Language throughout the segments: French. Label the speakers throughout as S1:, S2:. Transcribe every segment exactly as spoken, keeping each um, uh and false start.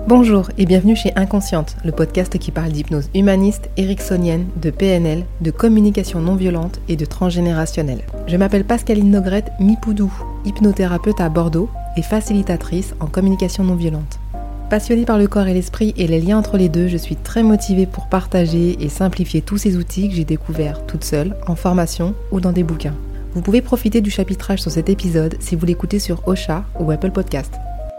S1: Bonjour et bienvenue chez Inconsciente, le podcast qui parle d'hypnose humaniste, ericksonienne, de P N L, de communication non violente et de transgénérationnel. Je m'appelle Pascaline Nogrette Mipoudou, hypnothérapeute à Bordeaux et facilitatrice en communication non violente. Passionnée par le corps et l'esprit et les liens entre les deux, je suis très motivée pour partager et simplifier tous ces outils que j'ai découverts toute seule, en formation ou dans des bouquins. Vous pouvez profiter du chapitrage sur cet épisode si vous l'écoutez sur Ocha ou Apple Podcast.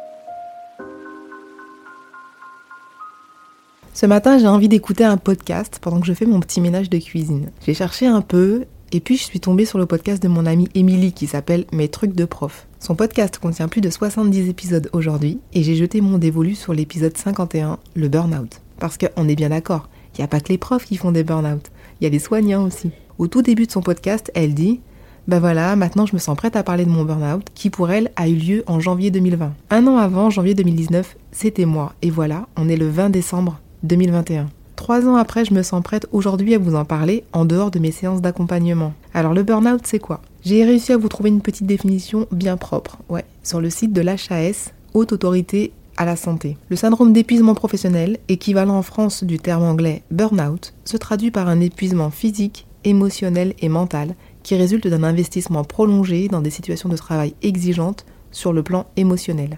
S1: Ce matin, j'ai envie d'écouter un podcast pendant que je fais mon petit ménage de cuisine. J'ai cherché un peu et puis je suis tombée sur le podcast de mon amie Émilie qui s'appelle « Mes trucs de prof ». Son podcast contient plus de soixante-dix épisodes aujourd'hui et j'ai jeté mon dévolu sur l'épisode cinquante et un, le burn-out. Parce qu'on est bien d'accord, il n'y a pas que les profs qui font des burn-out, il y a les soignants aussi. Au tout début de son podcast, elle dit « Ben voilà, maintenant je me sens prête à parler de mon burn-out qui pour elle a eu lieu en janvier deux mille vingt. Un an avant, janvier deux mille dix-neuf, c'était moi et voilà, on est le vingt décembre deux mille vingt et un. Trois ans après, je me sens prête aujourd'hui à vous en parler en dehors de mes séances d'accompagnement. Alors le burn-out, c'est quoi ? J'ai réussi à vous trouver une petite définition bien propre, ouais, sur le site de l'H A S, Haute Autorité à la Santé. Le syndrome d'épuisement professionnel, équivalent en France du terme anglais burn-out, se traduit par un épuisement physique, émotionnel et mental qui résulte d'un investissement prolongé dans des situations de travail exigeantes sur le plan émotionnel.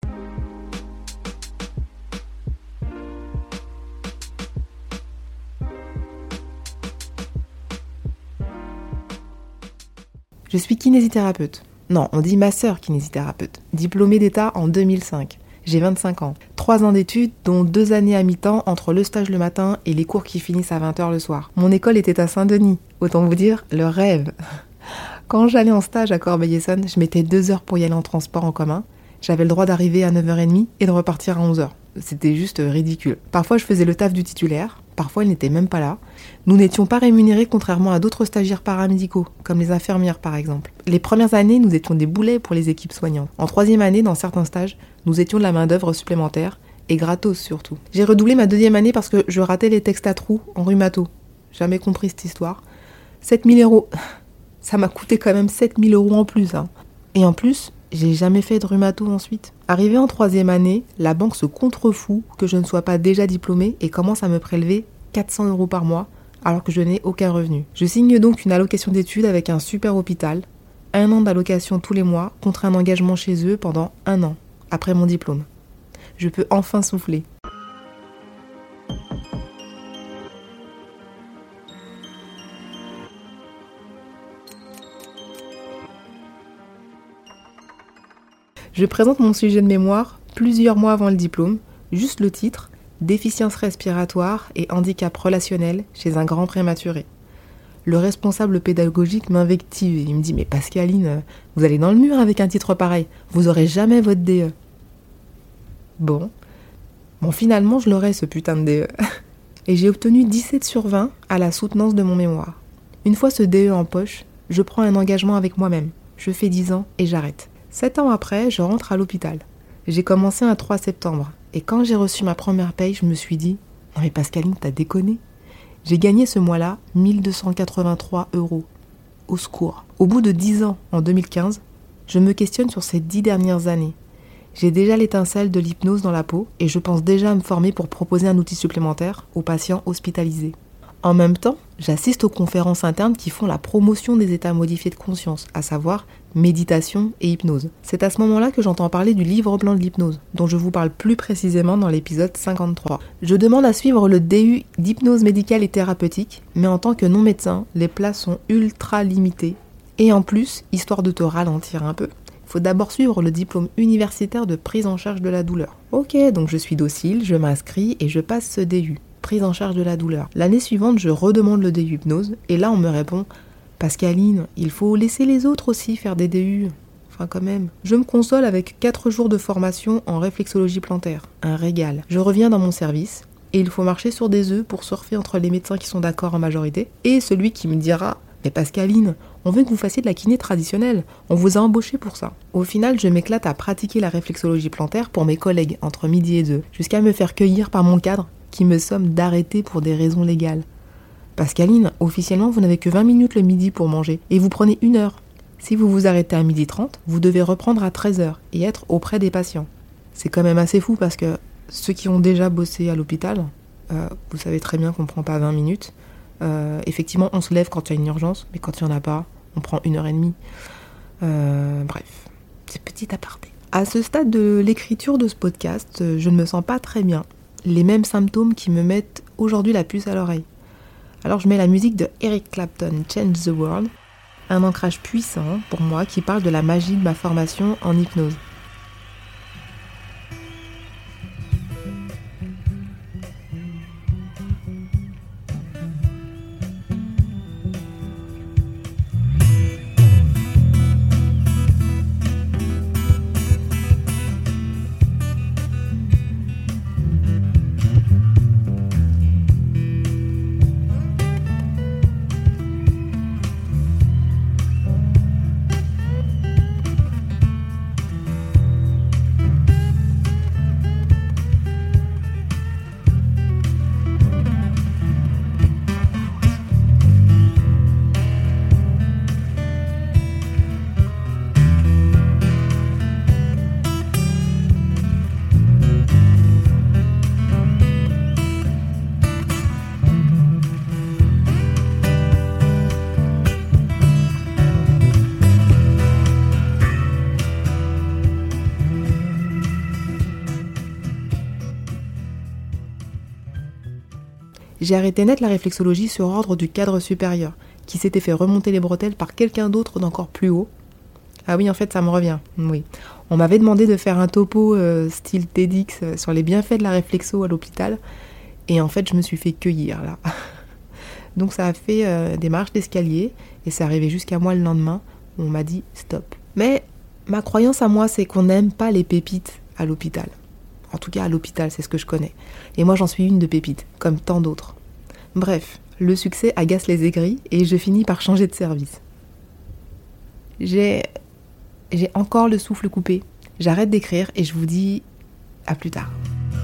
S1: Je suis kinésithérapeute. Non, on dit masseur kinésithérapeute. Diplômée d'État en deux mille cinq. J'ai vingt-cinq ans. Trois ans d'études, dont deux années à mi-temps entre le stage le matin et les cours qui finissent à vingt heures le soir. Mon école était à Saint-Denis. Autant vous dire, le rêve. Quand j'allais en stage à Corbeil-Essonnes, je mettais deux heures pour y aller en transport en commun. J'avais le droit d'arriver à neuf heures trente et de repartir à onze heures. C'était juste ridicule. Parfois, je faisais le taf du titulaire. Parfois, il n'était même pas là. Nous n'étions pas rémunérés contrairement à d'autres stagiaires paramédicaux, comme les infirmières par exemple. Les premières années, nous étions des boulets pour les équipes soignantes. En troisième année, dans certains stages, nous étions de la main-d'œuvre supplémentaire, et gratos surtout. J'ai redoublé ma deuxième année parce que je ratais les textes à trous en rhumato. Jamais compris cette histoire. sept mille euros. Ça m'a coûté quand même sept mille euros en plus. Hein. Et en plus, j'ai jamais fait de rhumato ensuite. Arrivé en troisième année, la banque se contrefout que je ne sois pas déjà diplômée et commence à me prélever quatre cents euros par mois alors que je n'ai aucun revenu. Je signe donc une allocation d'études avec un super hôpital, un an d'allocation tous les mois contre un engagement chez eux pendant un an, après mon diplôme. Je peux enfin souffler. Je présente mon sujet de mémoire plusieurs mois avant le diplôme, juste le titre, déficience respiratoire et handicap relationnel chez un grand prématuré. Le responsable pédagogique m'invective et il me dit « Mais Pascaline, vous allez dans le mur avec un titre pareil, vous aurez jamais votre D E. » Bon, bon finalement je l'aurai ce putain de D E. Et j'ai obtenu dix-sept sur vingt à la soutenance de mon mémoire. Une fois ce D E en poche, je prends un engagement avec moi-même. Je fais dix ans et j'arrête. Sept ans après, je rentre à l'hôpital. J'ai commencé un trois septembre. Et quand j'ai reçu ma première paye, je me suis dit « Non mais Pascaline, t'as déconné ?» J'ai gagné ce mois-là mille deux cent quatre-vingt-trois euros. Au secours. Au bout de dix ans, en deux mille quinze, je me questionne sur ces dix dernières années. J'ai déjà l'étincelle de l'hypnose dans la peau et je pense déjà à me former pour proposer un outil supplémentaire aux patients hospitalisés. En même temps, j'assiste aux conférences internes qui font la promotion des états modifiés de conscience, à savoir méditation et hypnose. C'est à ce moment-là que j'entends parler du livre blanc de l'hypnose, dont je vous parle plus précisément dans l'épisode cinquante-trois. Je demande à suivre le D U d'hypnose médicale et thérapeutique, mais en tant que non-médecin, les places sont ultra limitées. Et en plus, histoire de te ralentir un peu, il faut d'abord suivre le diplôme universitaire de prise en charge de la douleur. Ok, donc je suis docile, je m'inscris et je passe ce D U. Prise en charge de la douleur. L'année suivante, je redemande le D U hypnose et là on me répond « Pascaline, il faut laisser les autres aussi faire des D U. » Enfin quand même. Je me console avec quatre jours de formation en réflexologie plantaire. Un régal. Je reviens dans mon service et il faut marcher sur des œufs pour surfer entre les médecins qui sont d'accord en majorité et celui qui me dira « Mais Pascaline, on veut que vous fassiez de la kiné traditionnelle. On vous a embauché pour ça. » Au final, je m'éclate à pratiquer la réflexologie plantaire pour mes collègues entre midi et deux, jusqu'à me faire cueillir par mon cadre qui me somme d'arrêter pour des raisons légales. Pascaline, officiellement, vous n'avez que vingt minutes le midi pour manger, et vous prenez une heure. Si vous vous arrêtez à midi trente, vous devez reprendre à treize heures et être auprès des patients. C'est quand même assez fou parce que ceux qui ont déjà bossé à l'hôpital, euh, vous savez très bien qu'on ne prend pas vingt minutes. Euh, effectivement, on se lève quand il y a une urgence, mais quand il n'y en a pas, on prend une heure et demie. Euh, bref, c'est petit aparté. À ce stade de l'écriture de ce podcast, je ne me sens pas très bien. Les mêmes symptômes qui me mettent aujourd'hui la puce à l'oreille. Alors je mets la musique de Eric Clapton, Change the World, un ancrage puissant pour moi qui parle de la magie de ma formation en hypnose. J'ai arrêté net la réflexologie sur ordre du cadre supérieur, qui s'était fait remonter les bretelles par quelqu'un d'autre d'encore plus haut. Ah oui, en fait, ça me revient, oui. On m'avait demandé de faire un topo euh, style TEDx euh, sur les bienfaits de la réflexo à l'hôpital, et en fait, je me suis fait cueillir, là. Donc ça a fait euh, des marches d'escalier, et c'est arrivé jusqu'à moi le lendemain, où on m'a dit « stop ». Mais ma croyance à moi, c'est qu'on n'aime pas les pépites à l'hôpital. En tout cas, à l'hôpital, c'est ce que je connais. Et moi, j'en suis une de pépite, comme tant d'autres. Bref, le succès agace les aigris et je finis par changer de service. J'ai, j'ai encore le souffle coupé. J'arrête d'écrire et je vous dis à plus tard.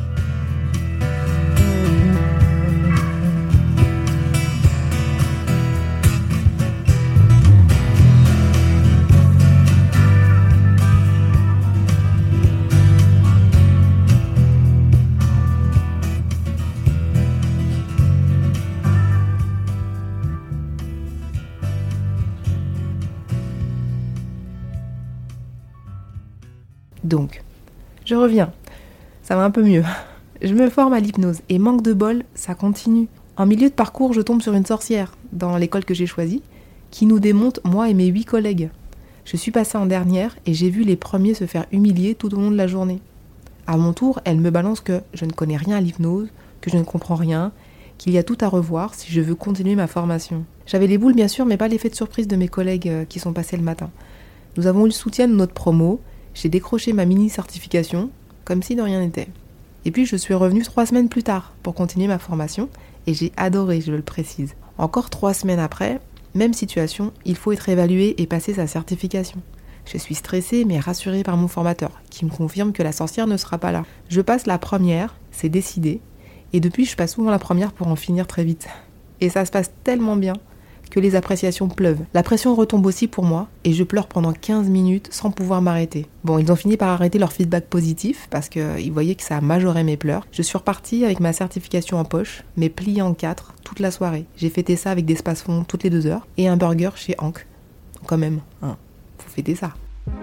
S1: Donc, je reviens. Ça va un peu mieux. Je me forme à l'hypnose et manque de bol, ça continue. En milieu de parcours, je tombe sur une sorcière, dans l'école que j'ai choisie, qui nous démonte, moi et mes huit collègues. Je suis passée en dernière et j'ai vu les premiers se faire humilier tout au long de la journée. À mon tour, elle me balance que je ne connais rien à l'hypnose, que je ne comprends rien, qu'il y a tout à revoir si je veux continuer ma formation. J'avais les boules bien sûr, mais pas l'effet de surprise de mes collègues qui sont passés le matin. Nous avons eu le soutien de notre promo. J'ai décroché ma mini-certification, comme si de rien n'était. Et puis je suis revenue trois semaines plus tard pour continuer ma formation, et j'ai adoré, je le précise. Encore trois semaines après, même situation, il faut être évalué et passer sa certification. Je suis stressée mais rassurée par mon formateur, qui me confirme que la sorcière ne sera pas là. Je passe la première, c'est décidé, et depuis je passe souvent la première pour en finir très vite. Et ça se passe tellement bien que les appréciations pleuvent. La pression retombe aussi pour moi et je pleure pendant quinze minutes sans pouvoir m'arrêter. Bon, ils ont fini par arrêter leur feedback positif parce qu'ils voyaient que ça a majoré mes pleurs. Je suis repartie avec ma certification en poche, mais pliée en quatre toute la soirée. J'ai fêté ça avec des space-fonds toutes les deux heures et un burger chez Hank. Quand même, hein, faut fêter ça.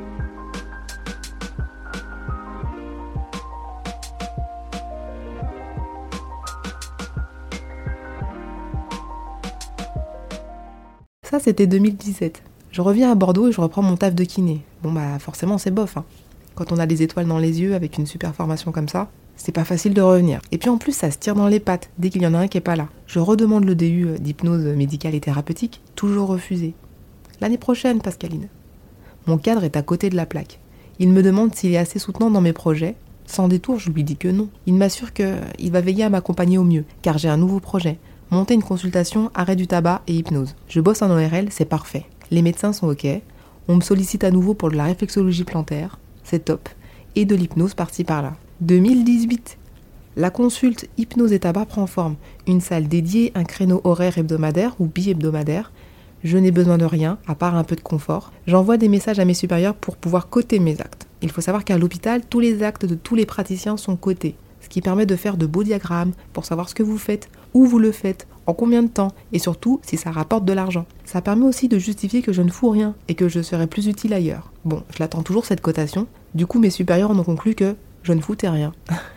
S1: Ça, c'était deux mille dix-sept. Je reviens à Bordeaux et je reprends mon taf de kiné. Bon bah forcément c'est bof, hein. Quand on a des étoiles dans les yeux avec une super formation comme ça, c'est pas facile de revenir. Et puis en plus ça se tire dans les pattes dès qu'il y en a un qui est pas là. Je redemande le D U d'hypnose médicale et thérapeutique, toujours refusé. L'année prochaine, Pascaline. Mon cadre est à côté de la plaque. Il me demande s'il est assez soutenant dans mes projets. Sans détour, je lui dis que non. Il m'assure qu'il va veiller à m'accompagner au mieux, car j'ai un nouveau projet. Monter une consultation, arrêt du tabac et hypnose. Je bosse en O R L, c'est parfait. Les médecins sont ok. On me sollicite à nouveau pour de la réflexologie plantaire, c'est top. Et de l'hypnose par-ci par-là. deux mille dix-huit. La consulte hypnose et tabac prend forme. Une salle dédiée, un créneau horaire hebdomadaire ou bi-hebdomadaire. Je n'ai besoin de rien, à part un peu de confort. J'envoie des messages à mes supérieurs pour pouvoir coter mes actes. Il faut savoir qu'à l'hôpital, tous les actes de tous les praticiens sont cotés. ce qui permet de faire de beaux diagrammes pour savoir ce que vous faites, où vous le faites, en combien de temps, et surtout si ça rapporte de l'argent. Ça permet aussi de justifier que je ne fous rien et que je serai plus utile ailleurs. Bon, je l'attends toujours cette cotation, du coup mes supérieurs en ont conclu que je ne foutais rien.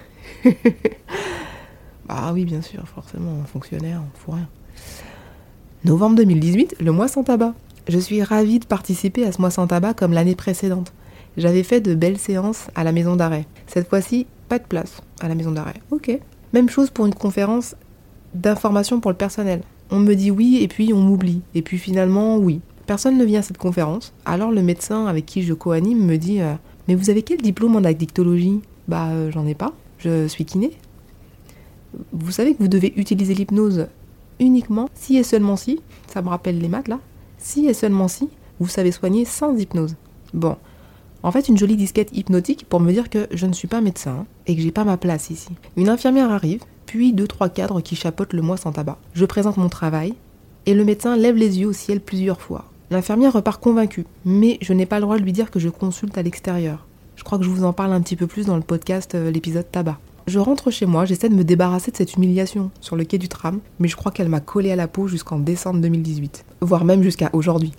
S1: Bah oui, bien sûr, forcément, fonctionnaire, on fout rien. Novembre deux mille dix-huit, le mois sans tabac. Je suis ravie de participer à ce mois sans tabac comme l'année précédente. J'avais fait de belles séances à la maison d'arrêt. Cette fois-ci, pas de place à la maison d'arrêt. Ok. Même chose pour une conférence d'information pour le personnel. On me dit oui et puis on m'oublie. Et puis finalement, oui. Personne ne vient à cette conférence. Alors le médecin avec qui je co-anime me dit euh, « Mais vous avez quel diplôme en addictologie ?» Bah euh, j'en ai pas. Je suis kiné. Vous savez que vous devez utiliser l'hypnose uniquement si et seulement si, ça me rappelle les maths là, si et seulement si, vous savez soigner sans hypnose. Bon, en fait une jolie disquette hypnotique pour me dire que je ne suis pas médecin et que j'ai pas ma place ici. Une infirmière arrive, puis deux trois cadres qui chapeautent le mois sans tabac. Je présente mon travail et le médecin lève les yeux au ciel plusieurs fois. L'infirmière repart convaincue, mais je n'ai pas le droit de lui dire que je consulte à l'extérieur. Je crois que je vous en parle un petit peu plus dans le podcast, euh, l'épisode tabac. Je rentre chez moi, j'essaie de me débarrasser de cette humiliation sur le quai du tram, mais je crois qu'elle m'a collé à la peau jusqu'en décembre deux mille dix-huit, voire même jusqu'à aujourd'hui.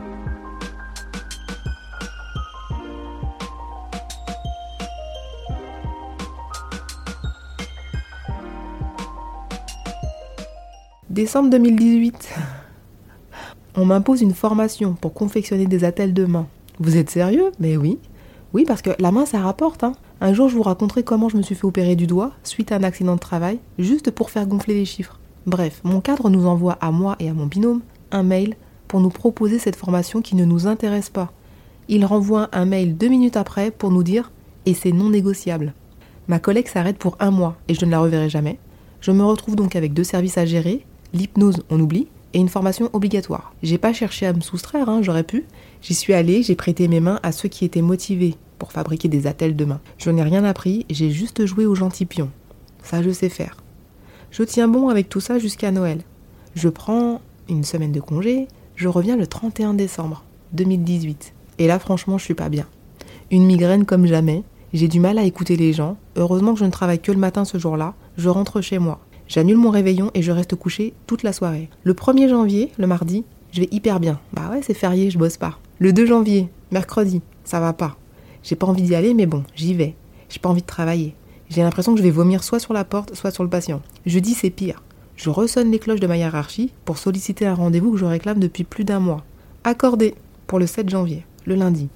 S1: Décembre deux mille dix-huit. On m'impose une formation pour confectionner des attelles de main. Vous êtes sérieux ? Mais oui. Oui, parce que la main, ça rapporte, hein. Un jour, je vous raconterai comment je me suis fait opérer du doigt suite à un accident de travail, juste pour faire gonfler les chiffres. Bref, mon cadre nous envoie à moi et à mon binôme un mail pour nous proposer cette formation qui ne nous intéresse pas. Il renvoie un mail deux minutes après pour nous dire « et c'est non négociable ». Ma collègue s'arrête pour un mois et je ne la reverrai jamais. Je me retrouve donc avec deux services à gérer, l'hypnose, on oublie, et une formation obligatoire. J'ai pas cherché à me soustraire, hein, j'aurais pu. J'y suis allée, j'ai prêté mes mains à ceux qui étaient motivés pour fabriquer des attelles de main. Je n'ai rien appris, j'ai juste joué au gentil pion. Ça, je sais faire. Je tiens bon avec tout ça jusqu'à Noël. Je prends une semaine de congé, je reviens le trente et un décembre deux mille dix-huit. Et là, franchement, je suis pas bien. Une migraine comme jamais, j'ai du mal à écouter les gens. Heureusement que je ne travaille que le matin ce jour-là, je rentre chez moi. J'annule mon réveillon et je reste couché toute la soirée. Le premier janvier, le mardi, je vais hyper bien. Bah ouais, c'est férié, je bosse pas. Le deux janvier, mercredi, ça va pas. J'ai pas envie d'y aller, mais bon, j'y vais. J'ai pas envie de travailler. J'ai l'impression que je vais vomir soit sur la porte, soit sur le patient. Jeudi, c'est pire. Je ressonne les cloches de ma hiérarchie pour solliciter un rendez-vous que je réclame depuis plus d'un mois. Accordé pour le sept janvier, le lundi.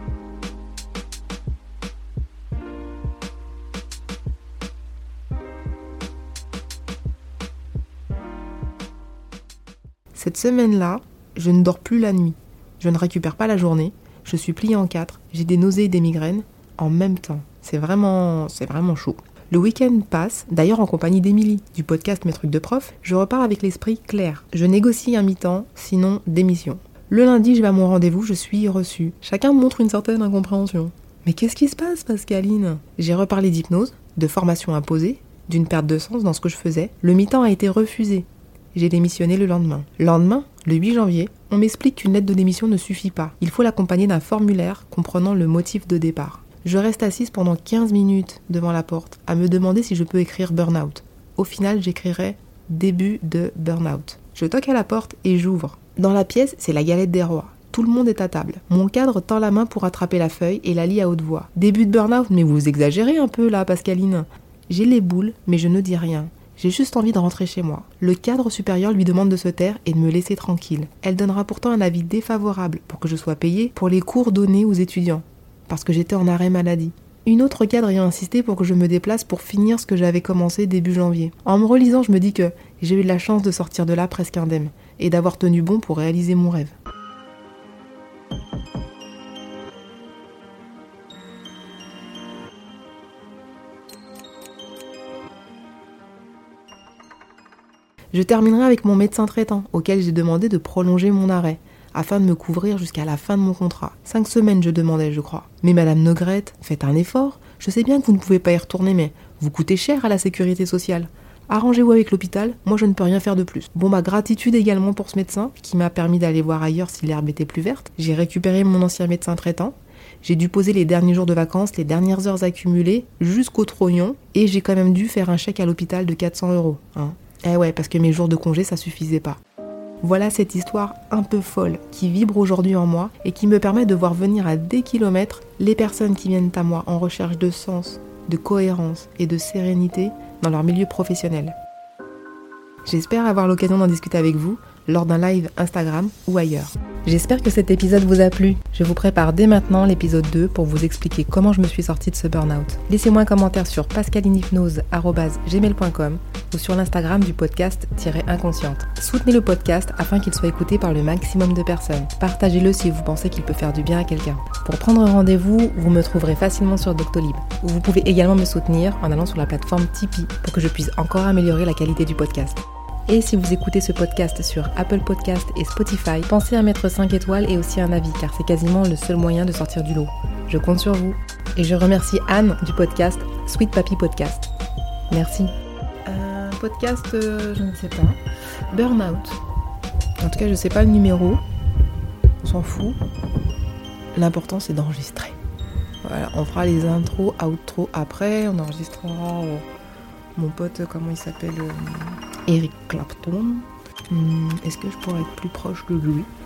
S1: Cette semaine-là, je ne dors plus la nuit. Je ne récupère pas la journée. Je suis pliée en quatre. J'ai des nausées et des migraines en même temps. C'est vraiment, c'est vraiment chaud. Le week-end passe, d'ailleurs en compagnie d'Émilie, du podcast Mes trucs de prof. Je repars avec l'esprit clair. Je négocie un mi-temps, sinon démission. Le lundi, je vais à mon rendez-vous, je suis reçue. Chacun montre une certaine incompréhension. Mais qu'est-ce qui se passe, Pascaline ? J'ai reparlé d'hypnose, de formation imposée, d'une perte de sens dans ce que je faisais. Le mi-temps a été refusé. J'ai démissionné le lendemain. Lendemain, le huit janvier, on m'explique qu'une lettre de démission ne suffit pas. Il faut l'accompagner d'un formulaire comprenant le motif de départ. Je reste assise pendant quinze minutes devant la porte, à me demander si je peux écrire burn-out. Au final, j'écrirai début de burn-out. Je toque à la porte et j'ouvre. Dans la pièce, c'est la galette des rois. Tout le monde est à table. Mon cadre tend la main pour attraper la feuille et la lit à haute voix. Début de burn-out, mais vous exagérez un peu là, Pascaline. J'ai les boules, mais je ne dis rien. J'ai juste envie de rentrer chez moi. Le cadre supérieur lui demande de se taire et de me laisser tranquille. Elle donnera pourtant un avis défavorable pour que je sois payée pour les cours donnés aux étudiants, parce que j'étais en arrêt maladie. Une autre cadre ayant insisté pour que je me déplace pour finir ce que j'avais commencé début janvier. En me relisant, je me dis que j'ai eu de la chance de sortir de là presque indemne et d'avoir tenu bon pour réaliser mon rêve. Je terminerai avec mon médecin traitant, auquel j'ai demandé de prolonger mon arrêt, afin de me couvrir jusqu'à la fin de mon contrat. Cinq semaines, je demandais, je crois. Mais Madame Nogrette, faites un effort. Je sais bien que vous ne pouvez pas y retourner, mais vous coûtez cher à la sécurité sociale. Arrangez-vous avec l'hôpital, moi je ne peux rien faire de plus. Bon bah gratitude également pour ce médecin, qui m'a permis d'aller voir ailleurs si l'herbe était plus verte. J'ai récupéré mon ancien médecin traitant. J'ai dû poser les derniers jours de vacances, les dernières heures accumulées, jusqu'au trognon, et j'ai quand même dû faire un chèque à l'hôpital de quatre cents euros. Hein. Eh ouais, parce que mes jours de congé, ça suffisait pas. Voilà cette histoire un peu folle qui vibre aujourd'hui en moi et qui me permet de voir venir à des kilomètres les personnes qui viennent à moi en recherche de sens, de cohérence et de sérénité dans leur milieu professionnel. J'espère avoir l'occasion d'en discuter avec vous lors d'un live Instagram ou ailleurs. J'espère que cet épisode vous a plu. Je vous prépare dès maintenant l'épisode deux pour vous expliquer comment je me suis sortie de ce burn-out. Laissez-moi un commentaire sur pascalinhypnose arobase gmail point com ou sur l'Instagram du podcast Inconsciente. Soutenez le podcast afin qu'il soit écouté par le maximum de personnes. Partagez-le si vous pensez qu'il peut faire du bien à quelqu'un. Pour prendre rendez-vous, vous me trouverez facilement sur Doctolib. Vous pouvez également me soutenir en allant sur la plateforme Tipeee pour que je puisse encore améliorer la qualité du podcast. Et si vous écoutez ce podcast sur Apple Podcast et Spotify, pensez à mettre cinq étoiles et aussi un avis, car c'est quasiment le seul moyen de sortir du lot. Je compte sur vous. Et je remercie Anne du podcast Sweet Papi Podcast. Merci. Euh, podcast, euh, je ne sais pas. Burnout. En tout cas, je ne sais pas le numéro. On s'en fout. L'important, c'est d'enregistrer. Voilà, on fera les intros, outros après. On enregistrera euh, mon pote, comment il s'appelle euh, Eric Clapton. Hum, est-ce que je pourrais être plus proche de lui ?